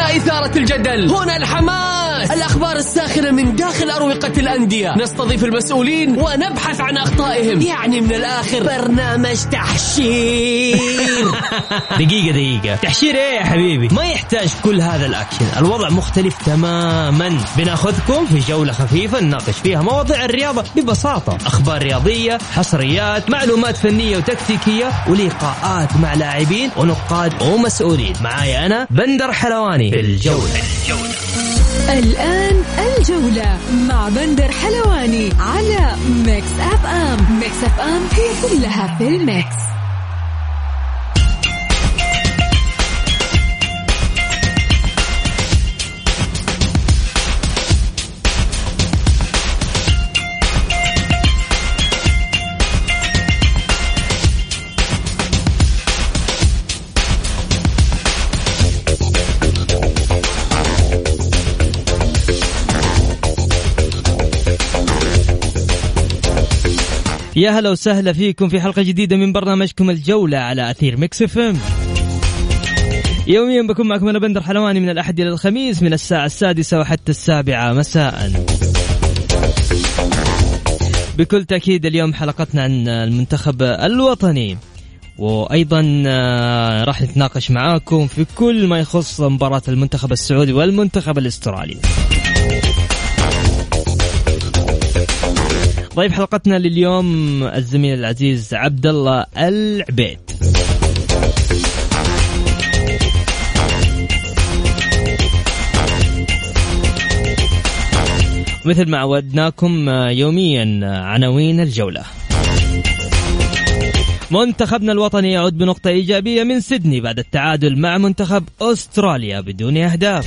هنا إثارة الجدل، هنا الحماس، الأخبار الساخنة من داخل أروقة الأندية، نستضيف المسؤولين ونبحث عن أخطائهم. يعني من الآخر برنامج تحشير. دقيقة تحشير ايه يا حبيبي؟ ما يحتاج كل هذا الأكشن، الوضع مختلف تماما. بناخذكم في جولة خفيفة نناقش فيها مواضيع الرياضة ببساطة، أخبار رياضية، حصريات، معلومات فنية وتكتيكية، ولقاءات مع لاعبين ونقاد ومسؤولين. معايا أنا بندر حلواني في الجولة. الآن الجولة مع بندر حلواني على ميكس أف أم. ميكس أف أم هي كلها في الميكس. يا هلا وسهلا فيكم في حلقة جديدة من برنامجكم الجولة على أثير ميكس اف ام. يوميا بكون معكم أنا بندر حلواني من الأحد إلى الخميس من الساعة 6 وحتى 7 مساء. بكل تأكيد اليوم حلقتنا عن المنتخب الوطني، وأيضا راح نتناقش معاكم في كل ما يخص مباراة المنتخب السعودي والمنتخب الأسترالي. ضيف حلقتنا لليوم الزميل العزيز عبد الله العبيد. مثل ما عودناكم يوميا عناوين الجولة. منتخبنا الوطني يعود بنقطة إيجابية من سيدني بعد التعادل مع منتخب أستراليا بدون أهداف.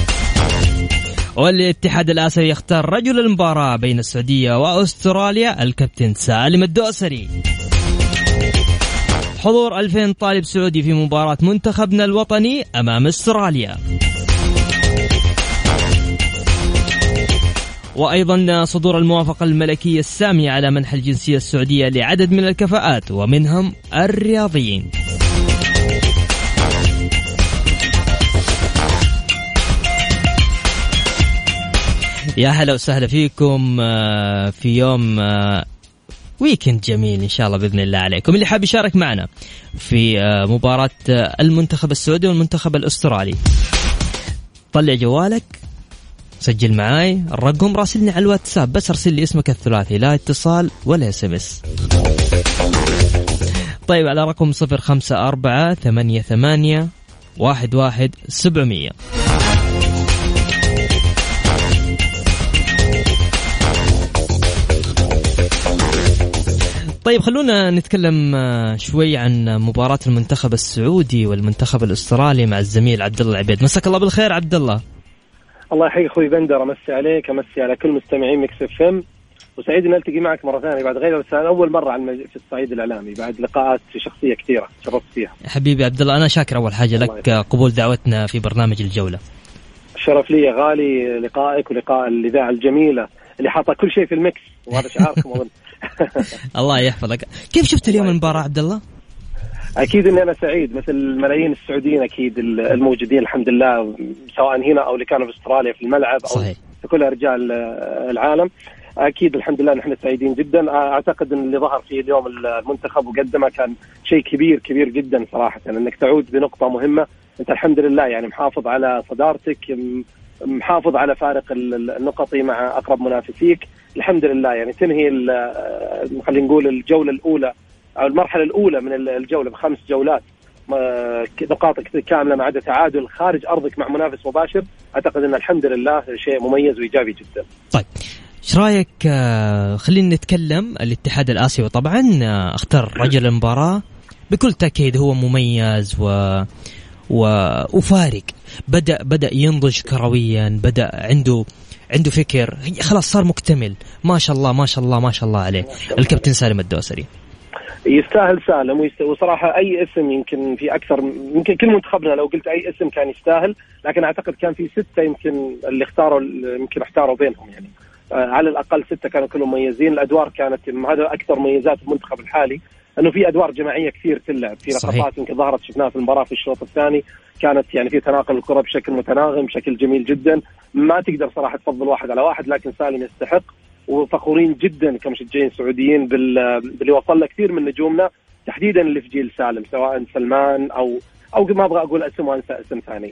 والاتحاد الآسيوي يختار رجل المباراة بين السعودية وأستراليا الكابتن سالم الدوسري. حضور 2000 طالب سعودي في مباراة منتخبنا الوطني أمام أستراليا. وأيضا صدور الموافقة الملكية السامية على منح الجنسية السعودية لعدد من الكفاءات ومنهم الرياضيين. يا هلا وسهلا فيكم في يوم ويكند جميل إن شاء الله بإذن الله عليكم. اللي حاب يشارك معنا في مباراة المنتخب السعودي والمنتخب الأسترالي، طلع جوالك، سجل معاي الرقم، راسلني على الواتساب، بس ارسل لي اسمك الثلاثي، لا اتصال ولا SMS. طيب على رقم 0548811700. طيب خلونا نتكلم شوي عن مباراة المنتخب السعودي والمنتخب الأسترالي مع الزميل عبد الله العبيد. مساك الله بالخير عبد الله. الله يحييك اخوي بندر، امسي عليك، امسي على كل مستمعين ميكس اف ام، وسعيد ان التقي معك مره ثانيه بعد غير اول مره في الصعيد الاعلامي بعد لقاءات شخصيه كثيره شرفت فيها. حبيبي عبد الله، انا شاكر اول حاجه لك قبول دعوتنا في برنامج الجوله. الشرف لي يا غالي لقائك ولقاء الاذاعه الجميله اللي حاطه كل شيء في الميكس، وهذا شعاركم اظن. الله يحفظك. كيف شفت اليوم المباراه عبد الله؟ اكيد اني انا سعيد مثل ملايين السعوديين اكيد الموجودين الحمد لله، سواء هنا او اللي كانوا في استراليا في الملعب او صحيح. في كل رجال العالم. اكيد الحمد لله نحن سعيدين جدا. اعتقد ان اللي ظهر فيه اليوم المنتخب وقدمه كان شيء كبير كبير جدا صراحه، انك تعود بنقطه مهمه. انت الحمد لله يعني محافظ على صدارتك، محافظ على فارق النقطي مع اقرب منافسيك، الحمد لله يعني تنهي خلينا نقول الجوله الاولى أو المرحلة الأولى من الجولة ب5 جولات نقاطك كاملة ما عدا تعادل خارج أرضك مع منافس مباشر. أعتقد أن الحمد لله شيء مميز وإيجابي جدا. طيب ايش رايك خلينا نتكلم الاتحاد الآسيوي طبعا اختار رجل المباراة بكل تأكيد، هو مميز وفارق، بدأ ينضج كرويا، بدأ عنده فكر، خلاص صار مكتمل ما شاء الله ما شاء الله ما شاء الله عليه الكابتن سالم الدوسري. يستاهل سالم، وصراحة أي اسم يمكن في أكثر، يمكن كل منتخبنا لو قلت أي اسم كان يستاهل، لكن أعتقد كان في 6 يمكن اللي يمكن احتاروا بينهم يعني على الأقل 6 كانوا كلهم مميزين. الأدوار كانت هذا أكثر مميزات المنتخب الحالي، انه في ادوار جماعيه كثير تلعب، في لقطات يمكن ظهرت شفناها في المباراه في الشوط الثاني، كانت يعني في تناقل الكره بشكل متناغم بشكل جميل جدا. ما تقدر صراحه تفضل واحد على واحد، لكن سالم يستحق، وفخورين جدا كمشجعين سعوديين باللي وصل له كثير من نجومنا، تحديدا اللي في جيل سالم، سواء سلمان او ما ابغى اقول اسم وانسى اسم ثاني.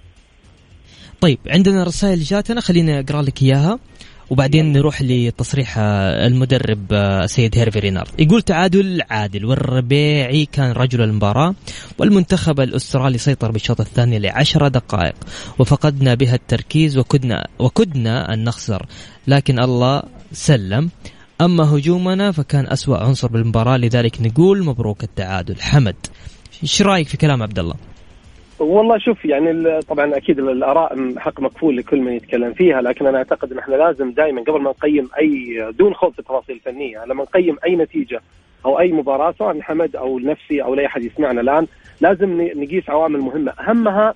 طيب عندنا رسائل جاتنا، خليني اقرا لك اياها وبعدين نروح لتصريح المدرب سيد هيرفي رينارد. يقول: تعادل عادل، والربيعي كان رجل المباراة، والمنتخب الأسترالي سيطر بالشوط الثاني ل10 دقائق وفقدنا بها التركيز وكدنا أن نخسر، لكن الله سلم. أما هجومنا فكان أسوأ عنصر بالمباراة، لذلك نقول مبروك التعادل. حمد، ايش رايك في كلام عبد الله؟ والله شوف، يعني طبعا اكيد الاراء حق مكفول لكل من يتكلم فيها، لكن انا اعتقد ان احنا لازم دائما قبل ما نقيم اي، دون خوض في التفاصيل الفنيه، لما نقيم اي نتيجه او اي مباراه سواء لحمد او لنفسي او لاي احد يسمعنا الان، لازم نقيس عوامل مهمه، اهمها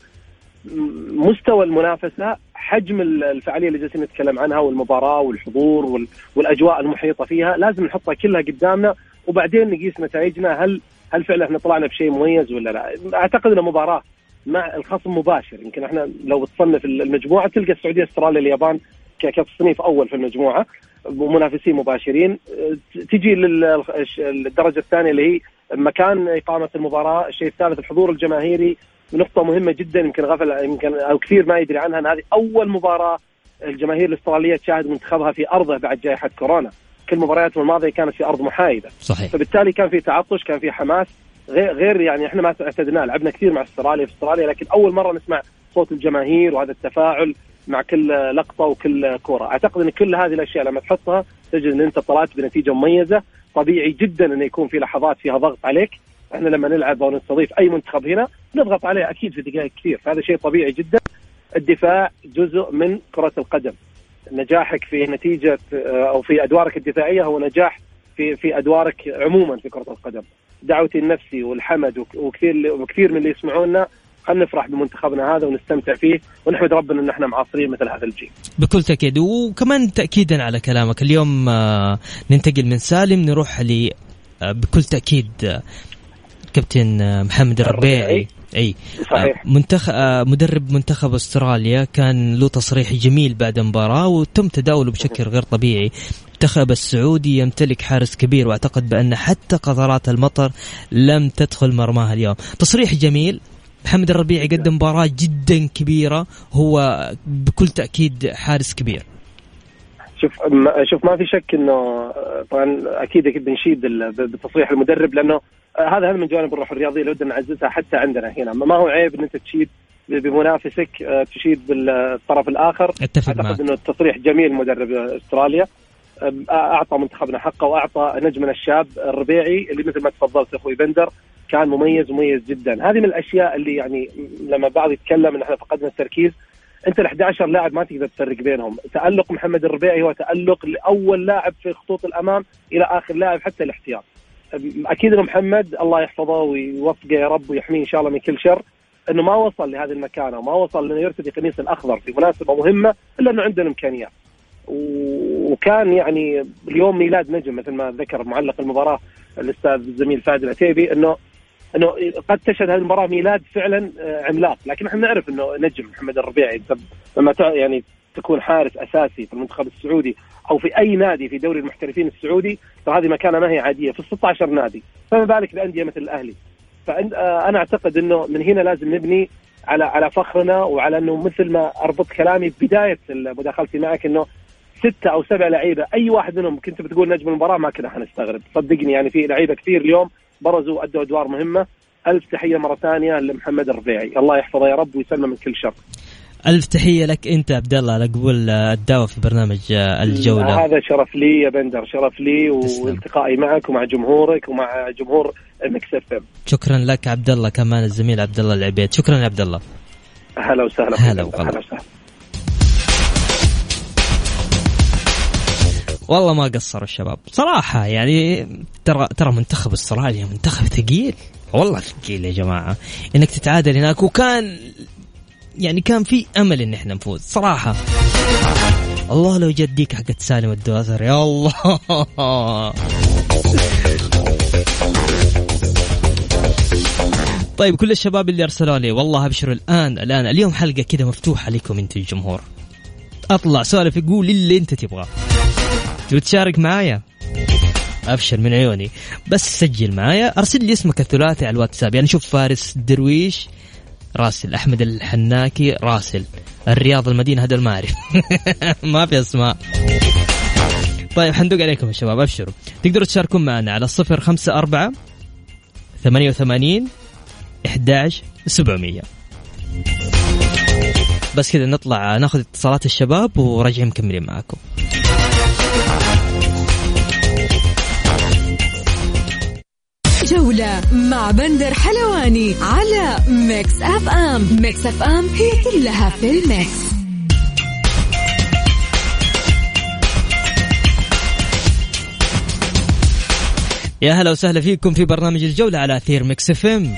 مستوى المنافسه، حجم الفعاليه اللي جالسين نتكلم عنها، والمباراه والحضور والاجواء المحيطه فيها، لازم نحطها كلها قدامنا وبعدين نقيس نتائجنا. هل فعلا احنا طلعنا بشيء مميز ولا لا؟ اعتقد ان مباراه مع الخصم مباشر، يمكن احنا لو بتصنف المجموعه تلقى السعوديه، استراليا، اليابان كتصنيف اول في المجموعه ومنافسين مباشرين. تجي للدرجه الثانيه اللي هي مكان اقامه المباراه، الشيء الثالث الحضور الجماهيري، نقطه مهمه جدا يمكن او كثير ما يدري عنها، ان هذه اول مباراه الجماهير الاستراليه تشاهد منتخبها في ارضه بعد جائحه كورونا. كل مبارياتهم الماضيه كانت في ارض محايده، صحيح. فبالتالي كان في تعطش، كان في حماس غير يعني احنا ما اعتدناه. لعبنا كثير مع استراليا في استراليا، لكن اول مره نسمع صوت الجماهير وهذا التفاعل مع كل لقطه وكل كوره. اعتقد ان كل هذه الاشياء لما تحطها تجد ان انت طلعت بنتيجه مميزه. طبيعي جدا انه يكون في لحظات فيها ضغط عليك، احنا لما نلعب او نستضيف اي منتخب هنا نضغط عليه اكيد في دقائق كثير، فهذا شيء طبيعي جدا. الدفاع جزء من كره القدم، نجاحك في نتيجه او في ادوارك الدفاعيه هو نجاح في ادوارك عموما في كره القدم. دعوتي النفسي والحمد وكثير من اللي يسمعونا، خلينا نفرح بمنتخبنا هذا ونستمتع فيه ونحمد ربنا ان احنا معاصرين مثل هذا الجيل. بكل تأكيد. وكمان تأكيدا على كلامك، اليوم ننتقل من سالم نروح بكل تأكيد كابتن محمد الربيعي. اي صحيح. مدرب منتخب استراليا كان له تصريح جميل بعد المباراة وتم تداوله بشكل غير طبيعي. المنتخب السعودي يمتلك حارس كبير، واعتقد بأن حتى قطرات المطر لم تدخل مرماها اليوم. تصريح جميل. محمد الربيعي قدم مباراة جدا كبيرة، هو بكل تأكيد حارس كبير. شوف ما في شك انه طبعا اكيد بنشيد بتصريح المدرب، لانه هذا من جوانب الروح الرياضيه اللي بدنا نعززها حتى عندنا هنا. ما هو عيب ان انت تشيد بمنافسك، تشيد بالطرف الاخر. اعتقد انه التصريح جميل. مدرب استراليا اعطى منتخبنا حقه، واعطى نجمنا الشاب الربيعي اللي مثل ما تفضلت اخوي بندر كان مميز جدا. هذه من الاشياء اللي يعني لما بعض يتكلم ان احنا فقدنا التركيز، انت ال11 لاعب ما تقدر تفرق بينهم. تألق محمد الربيعي هو تألق لأول لاعب في خطوط الامام الى اخر لاعب حتى الاحتياط. اكيد انه محمد الله يحفظه ويوفقه يا رب ويحميه ان شاء الله من كل شر، انه ما وصل لهذه المكانه وما وصل انه يرتدي قميص الاخضر في مناسبه مهمه الا انه عنده الامكانيات. وكان يعني اليوم ميلاد نجم مثل ما ذكر معلق المباراه الاستاذ الزميل فهد العتيبي، انه قد تشهد هذه المباراه ميلاد فعلا عملاق. لكن احنا نعرف انه نجم محمد الربيعي لما يعني تكون حارس اساسي في المنتخب السعودي او في اي نادي في دوري المحترفين السعودي، فهذه مكانه ما هي عاديه في 16 نادي، فما بالك بانديه مثل الاهلي. فانا اعتقد انه من هنا لازم نبني على فخرنا، وعلى انه مثل ما اربط كلامي ببدايه مداخلتي معك، انه 6 أو 7 لعيبه اي واحد منهم كنت بتقول نجم المباراه ما كنا حنستغرب. صدقني يعني في لعيبه كثير اليوم برزوا وادوا ادوار مهمه. الف تحيه مره ثانيه لمحمد الربيعي، الله يحفظه يا رب ويسلمه من كل شر. ألف تحية لك أنت عبد الله على قبول الدعوة في برنامج الجولة. هذا شرف لي يا بندر، شرف لي والتقائي معك ومع جمهورك ومع جمهور ميكس اف ام. شكرا لك عبد الله، كمان الزميل عبد الله العبيد. شكرا يا عبد الله. هلا وسهلا. هلا وسهلا. والله ما قصروا الشباب صراحة، يعني ترى منتخب استراليا منتخب ثقيل، والله ثقيل يا جماعة. إنك تتعادل هناك، وكان يعني كان في أمل إن إحنا نفوز صراحة. الله لو جديك حقت سالم الدوسر يا الله. طيب كل الشباب اللي أرسلوا لي والله أبشروا الآن اليوم حلقة كده مفتوحة لكم أنتوا الجمهور. أطلع سالف يقول اللي أنت تبغاه، تشارك معايا أبشر من عيوني، بس سجل معايا، أرسل لي اسمك الثلاثي على الواتساب. يعني شوف فارس درويش راسل، أحمد الحناكي راسل، الرياض المدينة هذا ما أعرف ما في أسماء. طيب حندق عليكم يا شباب أبشروا. تقدروا تشاركون معنا على 054-88-11-700. بس كذا نطلع ناخذ اتصالات الشباب وراجعين مكملين معاكم. جولة مع بندر حلواني على ميكس أف أم. ميكس أف أم هي كلها في الميكس. يا هلا وسهلا فيكم في برنامج الجولة على أثير ميكس أف أم.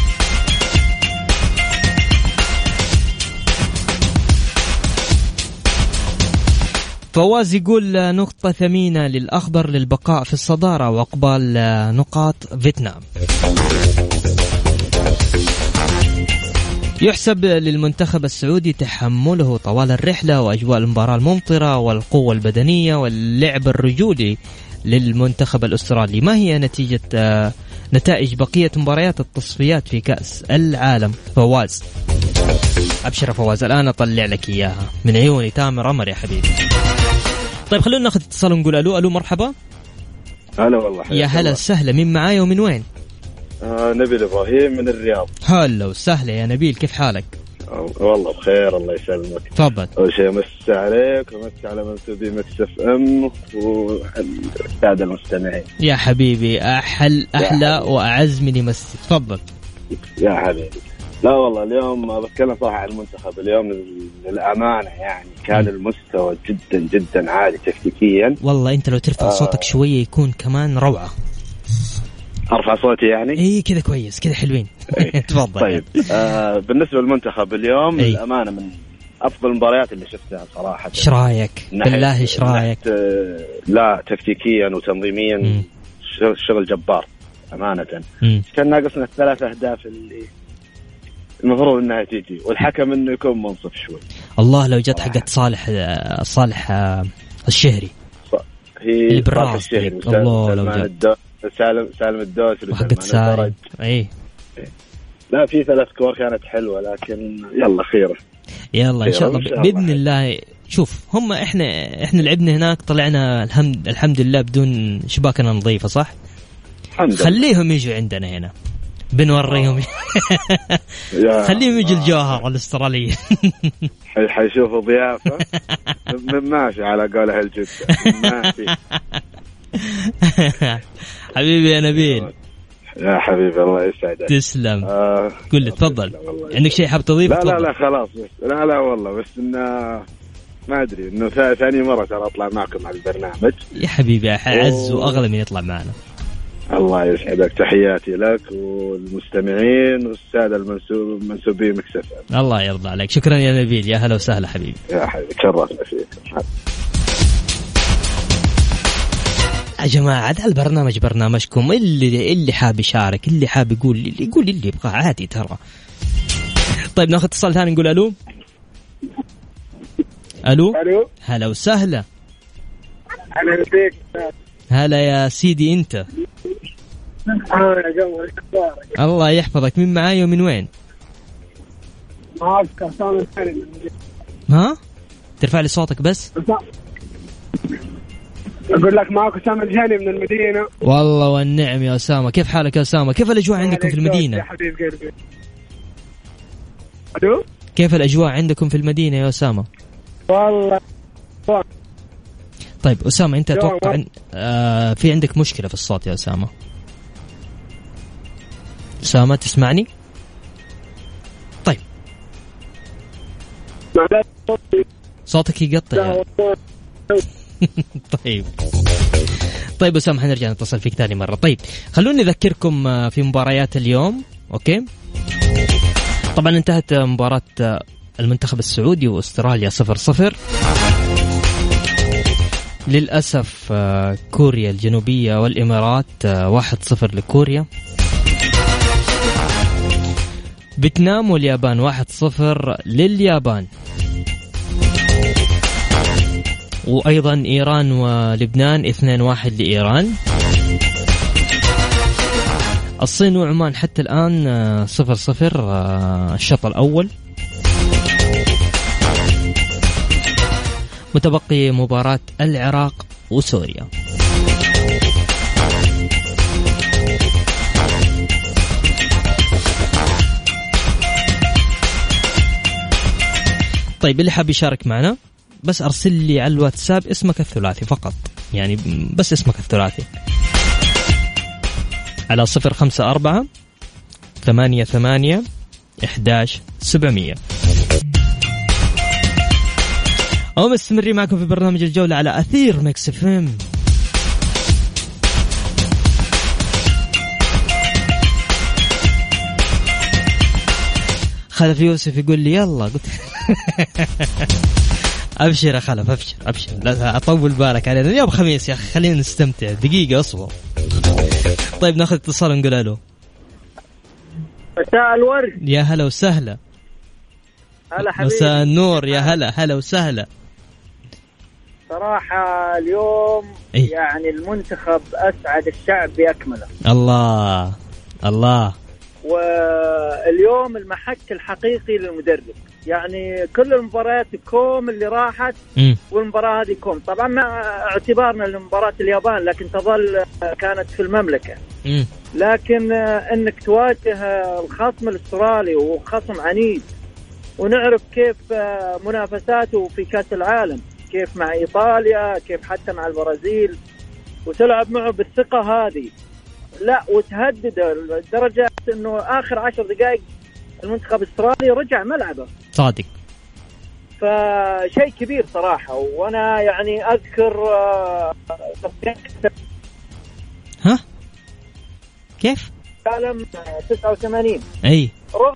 فواز يقول نقطة ثمينة للأخضر للبقاء في الصدارة وأقبال نقاط فيتنام. يحسب للمنتخب السعودي تحمله طوال الرحلة وأجواء المباراة الممطرة والقوة البدنية واللعب الرجولي للمنتخب الأسترالي. ما هي نتائج بقية مباريات التصفيات في كأس العالم؟ فواز أبشر فواز، الآن أطلع لك إياها من عيوني. تامر عمر يا حبيبي. طيب خلونا ناخذ اتصال ونقول ألو مرحبا. هلا والله. يا هلا سهلة، مين معايا ومن وين؟ نبيل إبراهيم من الرياض. هلا وسهلا يا نبيل، كيف حالك؟ والله بخير الله يسلمك. تفضل. أول شيء مسي عليك ومسي على منسوبي ميكس أف أم والسادة المستمعين. يا حبيبي أحلى وأعز من يمسي. تفضل يا حبيبي. لا والله اليوم بتكلم صراحة عن المنتخب اليوم للأمانة، يعني كان المستوى جدا جدا عالي تكتيكيا. والله أنت لو ترفع صوتك شوية يكون كمان روعة. أرفع صوتي يعني؟ إيه كذا كويس كذا حلوين. تفضل. طيب بالنسبة للمنتخب اليوم للأمانة من أفضل المباريات اللي شفتها صراحة. إيش رأيك؟ بالله إيش رأيك؟ لا تكتيكيا وتنظيميا شغل جبار أمانة. كان ناقصنا 3 أهداف اللي المفروض انها تيجي، والحكم انه يكون منصف شوي. الله لو جت حقت صالح الشهري هي بالراس. الله لو جت سالم الدوسري وحقت سالم. اي لا في 3 كور كانت حلوه، لكن يلا خيره. يلا ان شاء الله باذن الله. شوف هم احنا لعبنا هناك طلعنا الحمد لله بدون شباكنا نظيفه صح. خليهم يجوا عندنا هنا بنوريهم. خليهم يجي الجوهر الاسترالية. حيشوفوا ضيافة. ماشي على قولها الجدة ماشي. حبيبي يا نبيل. يا حبيبي الله يسعدك. تسلم. قل لي تفضل، عندك شيء حاب تضيفه؟ لا خلاص بس لا والله بس إنه ما أدري إنه ثاني مرة ترى أطلع معكم على البرنامج يا حبيبي. أعز وأغلى من يطلع معنا. الله يسعدك، تحياتي لك والمستمعين والسادة المنسوبين ميكس أف أم. الله يرضى عليك، شكرا يا نبيل. يا هلا وسهلا حبيبي. يا حبيبي شرفنا فيك يا جماعة. هذا البرنامج برنامجكم، اللي حاب يشارك، اللي حاب يقول اللي يبغى عادي ترى. طيب ناخذ اتصال ثاني نقول ألو. هلا وسهلا. هلا فيك. هلا يا سيدي انت. يا قمر اخبارك؟ الله يحفظك. مين معاي ومن وين؟ معك أسامة الهاني. ها ترفع لي صوتك بس. اقول لك معك أسامة الهاني من المدينة. والله والنعم يا أسامة. كيف حالك يا أسامة؟ كيف الأجواء عندكم في المدينة يا حبيب قلبي؟ ألو. كيف الأجواء عندكم في المدينة يا أسامة؟ والله طيب أسامة أنت أتوقع في عندك مشكلة في الصوت يا أسامة. أسامة تسمعني؟ طيب صوتك يقطع. طيب أسامة حنرجع نتصل فيك ثاني مرة. طيب خلوني أذكركم في مباريات اليوم. أوكي طبعا انتهت مباراة المنتخب السعودي واستراليا 0-0. للأسف كوريا الجنوبية والإمارات 1-0 لكوريا. فيتنام واليابان 1-0 لليابان. وأيضا إيران ولبنان 2-1 لإيران. الصين وعمان حتى الآن 0-0 الشوط الأول. متبقي مباراة العراق وسوريا. طيب اللي حاب يشارك معنا بس أرسل لي على الواتساب اسمك الثلاثي فقط، يعني بس اسمك الثلاثي على 054-88-11700. أو مستمرين معكم في برنامج الجولة على أثير ميكس اف ام. خلف يوسف يقول لي يلا، قلت أبشر يا خلف، أبشر لا أطول بالك علينا يوم خميس يا أخي، خلينا نستمتع. دقيقة أصبر. طيب ناخذ اتصال ونقول ألو. مساء الورد. يا هلا وسهلا. هلا حبيبي. مساء النور. يا هلا وسهلا. صراحة اليوم يعني المنتخب أسعد الشعب بأكمله. الله. واليوم المحك الحقيقي للمدرب، يعني كل المباريات كوم اللي راحت والمباراة هذه كوم. طبعا ما اعتبارنا لمباراة اليابان لكن تظل كانت في المملكة. لكن انك تواجه الخصم الاسترالي وخصم عنيد، ونعرف كيف منافساته في كأس العالم، كيف مع إيطاليا، كيف حتى مع البرازيل، وتلعب معه بالثقة هذه، لا وتهدد لدرجة انه اخر 10 دقائق المنتخب الاسترالي رجع ملعبه. صادق. فشيء كبير صراحة. وانا يعني اذكر ها كيف عالم 89 اي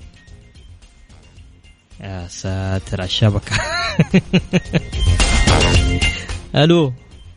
يا ساتر على الشبكة. الو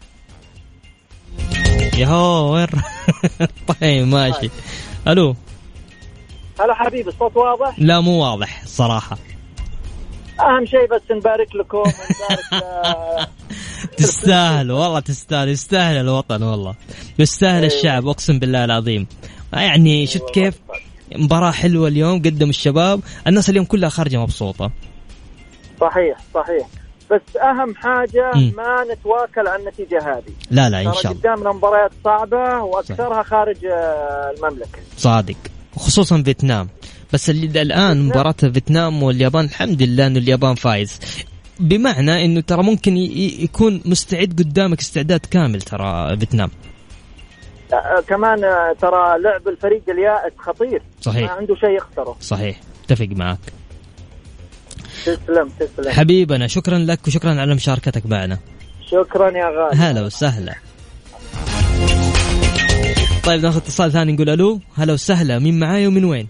ياهو وين؟ طيب ماشي. الو هلا حبيبي، الصوت واضح؟ لا مو واضح الصراحة. اهم شيء بس نبارك لكم ونبارك تستاهل والله، تستاهل، يستاهل الوطن والله، يستاهل الشعب اقسم بالله العظيم. يعني شفت كيف مباراة حلوة اليوم قدم الشباب، الناس اليوم كلها خارجة مبسوطة. صحيح. بس أهم حاجة ما نتواكل عن النتيجة هذه. لا إن شاء الله. قدامنا مباريات صعبة وأكثرها خارج المملكة. صادق، خصوصا فيتنام. بس اللي الآن مباراة فيتنام واليابان الحمد لله إنه اليابان فايز، بمعنى إنه ترى ممكن يكون مستعد قدامك استعداد كامل. ترى فيتنام كمان ترى لعب الفريق اليائس خطير. صحيح. ما عنده شيء يخسره. صحيح، اتفق معك. تسلم حبيبنا، شكرا لك وشكرا على مشاركتك معنا. شكرا يا غالي. هلا وسهلا. طيب ناخذ اتصال ثاني نقول الو. هلا وسهلا، مين معاي ومن وين؟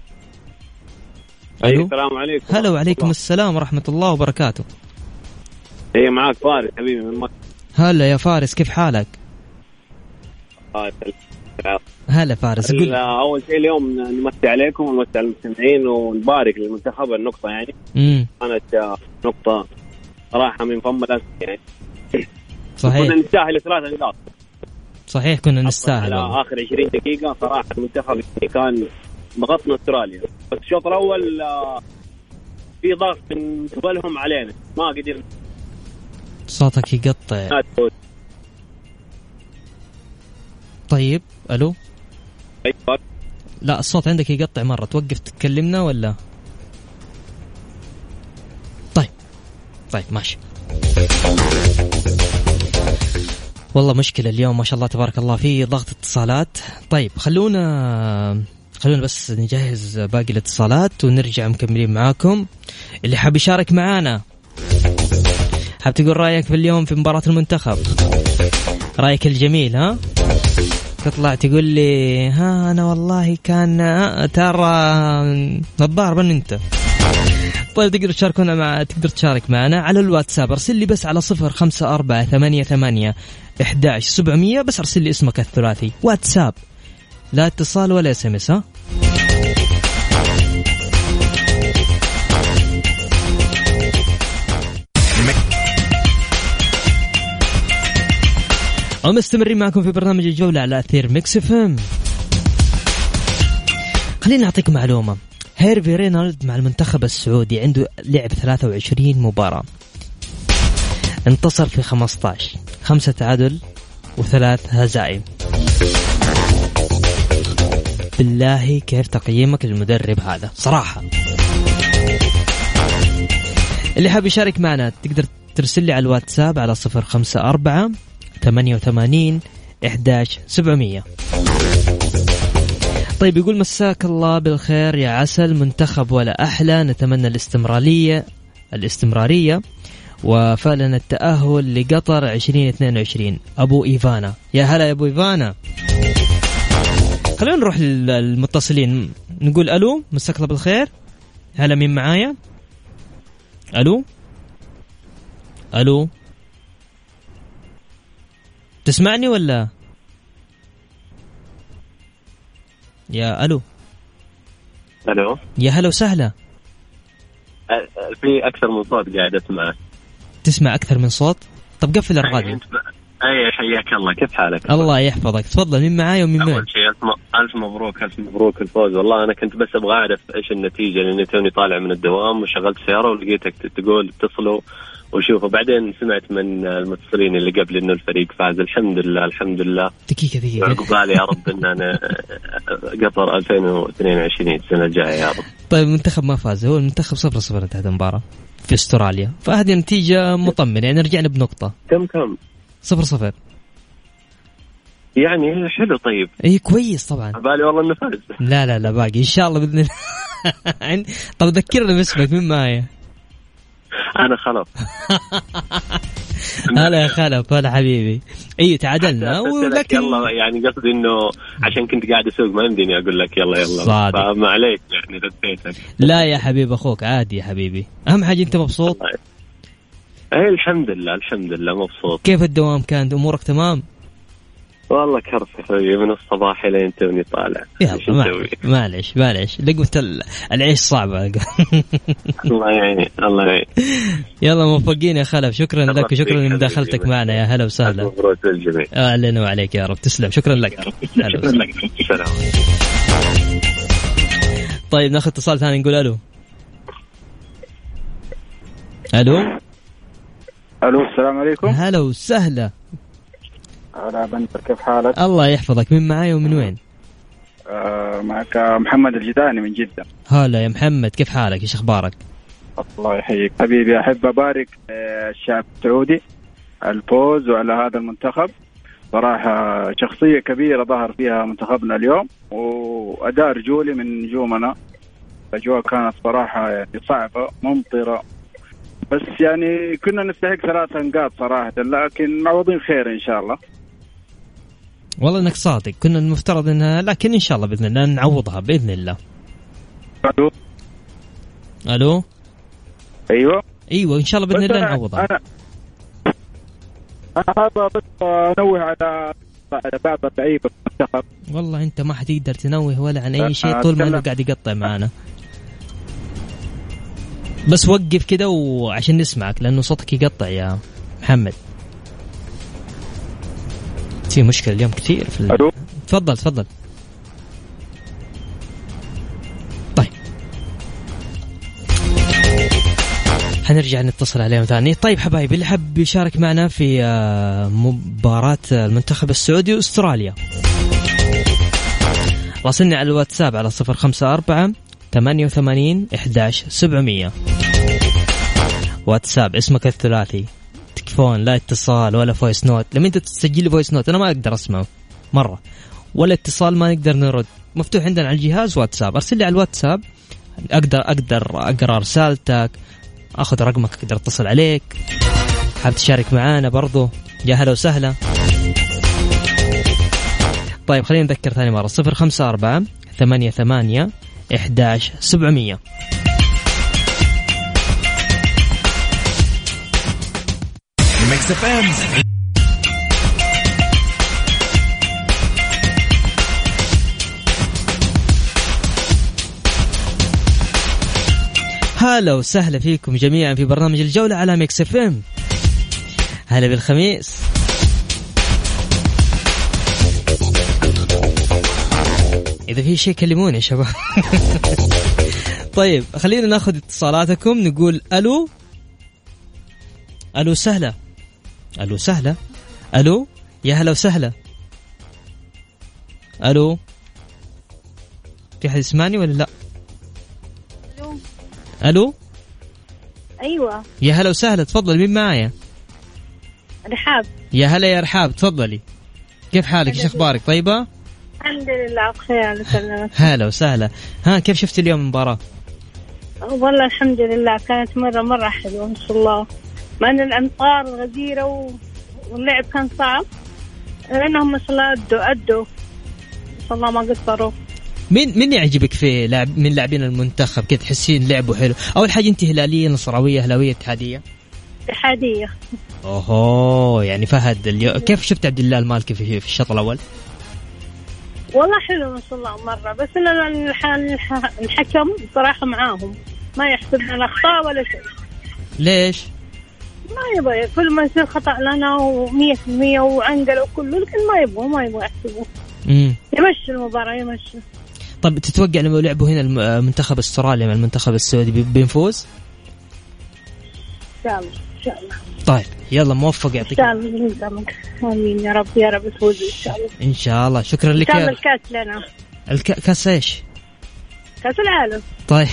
الو السلام عليكم. هلا وعليكم السلام ورحمة الله وبركاته. هي معاك فارس حبيبي من مكة. هلا يا فارس، كيف حالك؟ هلا فارس. أول شيء اليوم نمسي عليكم ونمسي على المستمعين ونبارك للمنتخب النقطة، يعني كانت نقطة صراحة من فم الأسف يعني. صحيح. كنا نستاهل 3 نقاط. صحيح كنا نستاهل. على آخر 20 دقيقة صراحة المنتخب كان ضغطنا استراليا، بس الشوط الأول في ضغط من قبلهم علينا ما قدرنا. صوتك يقطع. طيب الو. لا الصوت عندك يقطع مرة، توقف تكلمنا ولا؟ طيب ماشي. والله مشكلة اليوم ما شاء الله تبارك الله، في ضغط اتصالات. طيب خلونا بس نجهز باقي الاتصالات ونرجع مكملين معاكم. اللي حاب يشارك معانا، حاب تقول رأيك في اليوم في مباراة المنتخب، رأيك الجميل، ها تطلع تقول لي ها أنا والله كان ترى نضارب انت. طيب تقدر تشارك معنا على الواتساب. ارسل لي بس على 054-88-11700. بس ارسل لي اسمك الثلاثي، واتساب لا اتصال ولا SMS. ها ومستمرين معكم في برنامج الجولة على أثير ميكس اف ام. خليني أعطيك معلومة. هيرفي رينالد مع المنتخب السعودي عنده لعب 23 مباراة، انتصر في 15، 5 تعادل و3 هزائم. بالله كيف تقييمك للمدرب هذا صراحة؟ اللي حاب يشارك معنا تقدر ترسل لي على الواتساب على 054 88 11 700. طيب يقول مساك الله بالخير يا عسل، منتخب ولا أحلى، نتمنى الاستمرارية وفعلا التأهل لقطر 2022. أبو إيفانا. يا هلا يا أبو إيفانا. خلونا نروح للمتصلين نقول ألو، مساك الله بالخير. هلا مين معايا؟ ألو ألو، تسمعني ولا؟ يا ألو. ألو يا هلا وسهلا. في أكثر من صوت قاعد أسمعه. تسمع أكثر من صوت؟ طب قفل الراديو. أي حياك الله، كيف حالك؟ الله يحفظك. تفضل، مين معايا ومين معي؟ أول شيء ألف مبروك الفوز. والله أنا كنت بس أبغى أعرف إيش النتيجة، لأني توني طالع من الدوام وشغلت سيارة ولقيتك تقول اتصلوا وشوفوا. بعدين سمعت من المتصلين اللي قبل إنه الفريق فاز. الحمد لله. دقيقة عقبالي يا رب إن أنا قطر 2022 السنة الجاية يا رب. طيب المنتخب ما فاز، هو المنتخب 0-0 انتهت المباراة في استراليا، فهذه نتيجة مطمئنة يعني، رجعنا بنقطة. كم 0-0 يعني حلو. طيب ايه كويس طبعا. بالي والله انه فاز. لا باقي ان شاء الله باذن الله. طب ذكرنا باسمك، مين معايا؟ انا خلف. هلا يا خلف. هلا حبيبي. اي تعادلنا ولكن يلا يعني قصدي انه عشان كنت قاعد اسوق ما يمديني اقول لك يلا فما عليك يعني رديتك. لا يا حبيب اخوك عادي يا حبيبي، اهم حاجه انت مبسوط. ايه الحمد لله مبسوط. كيف الدوام كان؟ امورك تمام؟ والله كرف يا حبيبي من الصباح لين توني طالع. معلش لقمة العيش صعبة. الله يعين. يلا موفقين يا خلف. شكرا لك وشكرا لمداخلتك معنا. يا هلا وسهلا. مبروك للجميع. أهلا وعليك يا رب. تسلم. شكرا لك. سلام. طيب ناخذ اتصال ثاني نقول ألو. السلام عليكم. هلا وسهلا. هلا بندر، كيف حالك؟ الله يحفظك. من معايا ومن وين؟ معك محمد الجداني من جدة. هلا يا محمد، كيف حالك؟ ايش اخبارك؟ الله يحييك حبيبي. احب ابارك الشعب السعودي الفوز وعلى هذا المنتخب. صراحة شخصية كبيرة ظهر فيها منتخبنا اليوم، وأداء رجولي من نجومنا. الأجواء كانت صراحة يعني صعبة ممطرة، بس يعني كنا نستحق 3 نقاط صراحة، لكن معوضين خير إن شاء الله. والله إنك صادق، كنا المفترض إنها، لكن إن شاء الله بإذن الله نعوضها بإذن الله. ألو. أيوة إن شاء الله بإذن الله نعوضها. أنا هذا بس أنوه على بعض اللعيبة المنتخب. والله أنت ما حتقدر تنوه ولا عن أي شيء طول ما أنه قاعد يقطع معنا. بس وقف كده وعشان نسمعك لأنه صوتك يقطع يا محمد. في مشكلة اليوم كثير في تفضل. طيب حنرجع نتصل عليهم ثاني. طيب حبايبي، اللي حب يشارك معنا في مباراة المنتخب السعودي واستراليا راسلني على الواتساب على 054 88 11 700. واتساب اسمك الثلاثي، تكفون، لا اتصال ولا فويس نوت. لما انت تسجل فويس نوت انا ما اقدر اسمعه مرة، ولا اتصال ما نقدر نرد. مفتوح عندنا على الجهاز واتساب، ارسل لي على الواتساب، اقدر اقرا رسالتك، اخذ رقمك، اقدر اتصل عليك. حاب تشارك معانا برضو، يا هلا وسهلا. طيب خلينا نذكر ثاني مرة 054 88 11 700. Mix FM. هلا وسهلا فيكم جميعا في برنامج الجولة على ميكس اف ام. هلا بالخميس. إذا في شيء كلموني يا شباب. طيب خلينا ناخذ اتصالاتكم. نقول ألو. ألو سهلة. ألو سهلة. ألو يا هلا وسهلا. ألو في حد يسمعني ولا لا؟ ألو. ألو أيوة يا هلا وسهلا. تفضل مين معايا؟ رحاب. يا هلا يا رحاب تفضلي. كيف حالك؟ ايش اخبارك؟ طيبة الحمد لله بخير. سلامك. هلا وسهلا. ها كيف شفت اليوم المباراة؟ والله الحمد لله كانت مرة حلوة ما شاء الله، مع ان الامطار غزيرة واللعب كان صعب، لانهم ما شاء الله ادوا ما شاء الله ما قصروا. مين يعجبك في لاعب من لاعبين المنتخب كيف تحسين لعبه حلو؟ اول حاجة انت هلالية نصراوية هلاوية اتحادية؟ اتحادية. اوهو يعني فهد كيف شفت عبد الله المالكي في الشوط الاول؟ والله حلو ما شاء الله مرة، بس الحكم صراحة معاهم ما يحسب لنا أخطاء ولا شيء. ليش؟ ما يبغى كل ما يصير خطأ لنا و100% وعنقل وكله، لكن ما يبغوا يحسبوا. يمشي المباراة يمشي. طب تتوقع لما لعبوا هنا المنتخب الأسترالي مع المنتخب السعودي بينفوز؟ إن شاء الله إن شاء الله. طيب يلا موفق يعطيك. إن شاء الله. آمين يا رب يا رب تفوز إن شاء الله. إن شاء الله. شكرا لك. إن شاء الله الكاس لنا. كاس إيش؟ كاس العالم. طيب.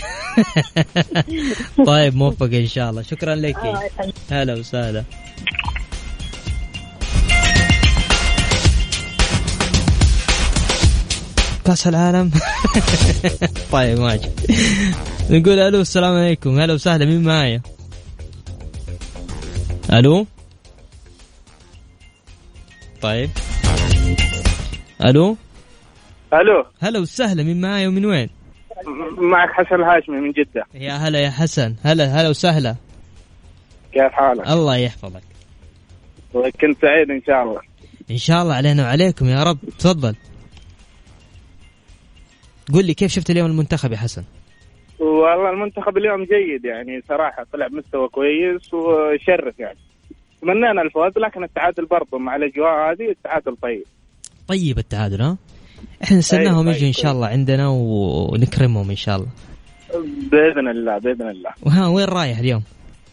طيب موفق إن شاء الله. شكرا لك. هلا وسهلا. كاس العالم. طيب ماشي. نقول ألو السلام عليكم. هلا وسهلا. مين معايا؟ ألو. طيب ألو. هلا وسهلا. مين معايا ومن وين؟ معك حسن الهاشمي من جدة. يا هلا يا حسن. هلا وسهلا. كيف حالك؟ الله يحفظك. كنت سعيد إن شاء الله. إن شاء الله علينا وعليكم يا رب. تفضل قل لي كيف شفت اليوم المنتخب يا حسن؟ والله المنتخب اليوم جيد يعني صراحة، طلع مستوى كويس وشرف يعني. تمنينا الفوز لكن التعادل برضه مع الأجواء هذه التعادل طيب التعادل. ها احنا نستناهم يجوا ان شاء الله عندنا ونكرمهم ان شاء الله باذن الله. وها وين رايح اليوم؟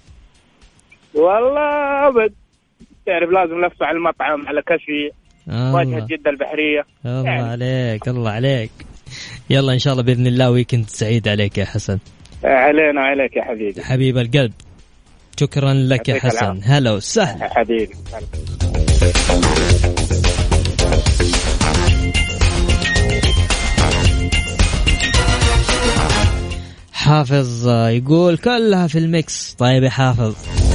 والله ابد تعرف لازم لفه على المطعم على كشفي واجهة جدة البحرية. الله يعني. الله عليك. يلا ان شاء الله باذن الله ويكند سعيد عليك يا حسن. علينا وعليك يا حبيبي. حبيب القلب. شكرا لك يا حسن. هلا وسهلا حبيبي. حافظ يقول كلها في الميكس. طيب يا حافظ.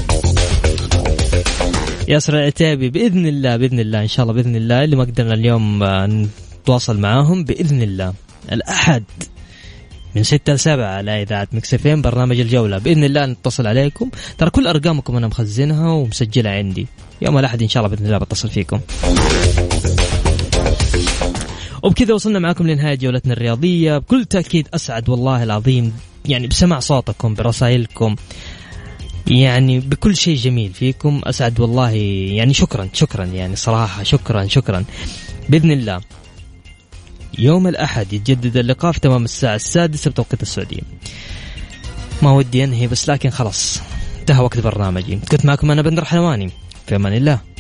ياسر العتيبي بإذن الله إن شاء الله بإذن الله اللي ما قدرنا اليوم نتواصل معاهم بإذن الله الأحد من 6 ل 7 على إذاعة ميكس اف ام برنامج الجولة بإذن الله نتصل عليكم. ترى كل أرقامكم أنا مخزنها ومسجلها عندي. يوم الأحد إن شاء الله بإذن الله بتصل فيكم. وبكذا وصلنا معكم لنهاية جولتنا الرياضية. بكل تأكيد أسعد والله العظيم يعني بسمع صوتكم برسائلكم يعني بكل شيء جميل فيكم. أسعد والله يعني شكرا يعني صراحة شكرا. بإذن الله يوم الأحد يتجدد اللقاء في تمام الساعة 6 بتوقيت السعودية. ما ودي أنهي بس لكن خلاص انتهى وقت برنامجي. كنت معكم أنا بندر حلواني. في أمان الله.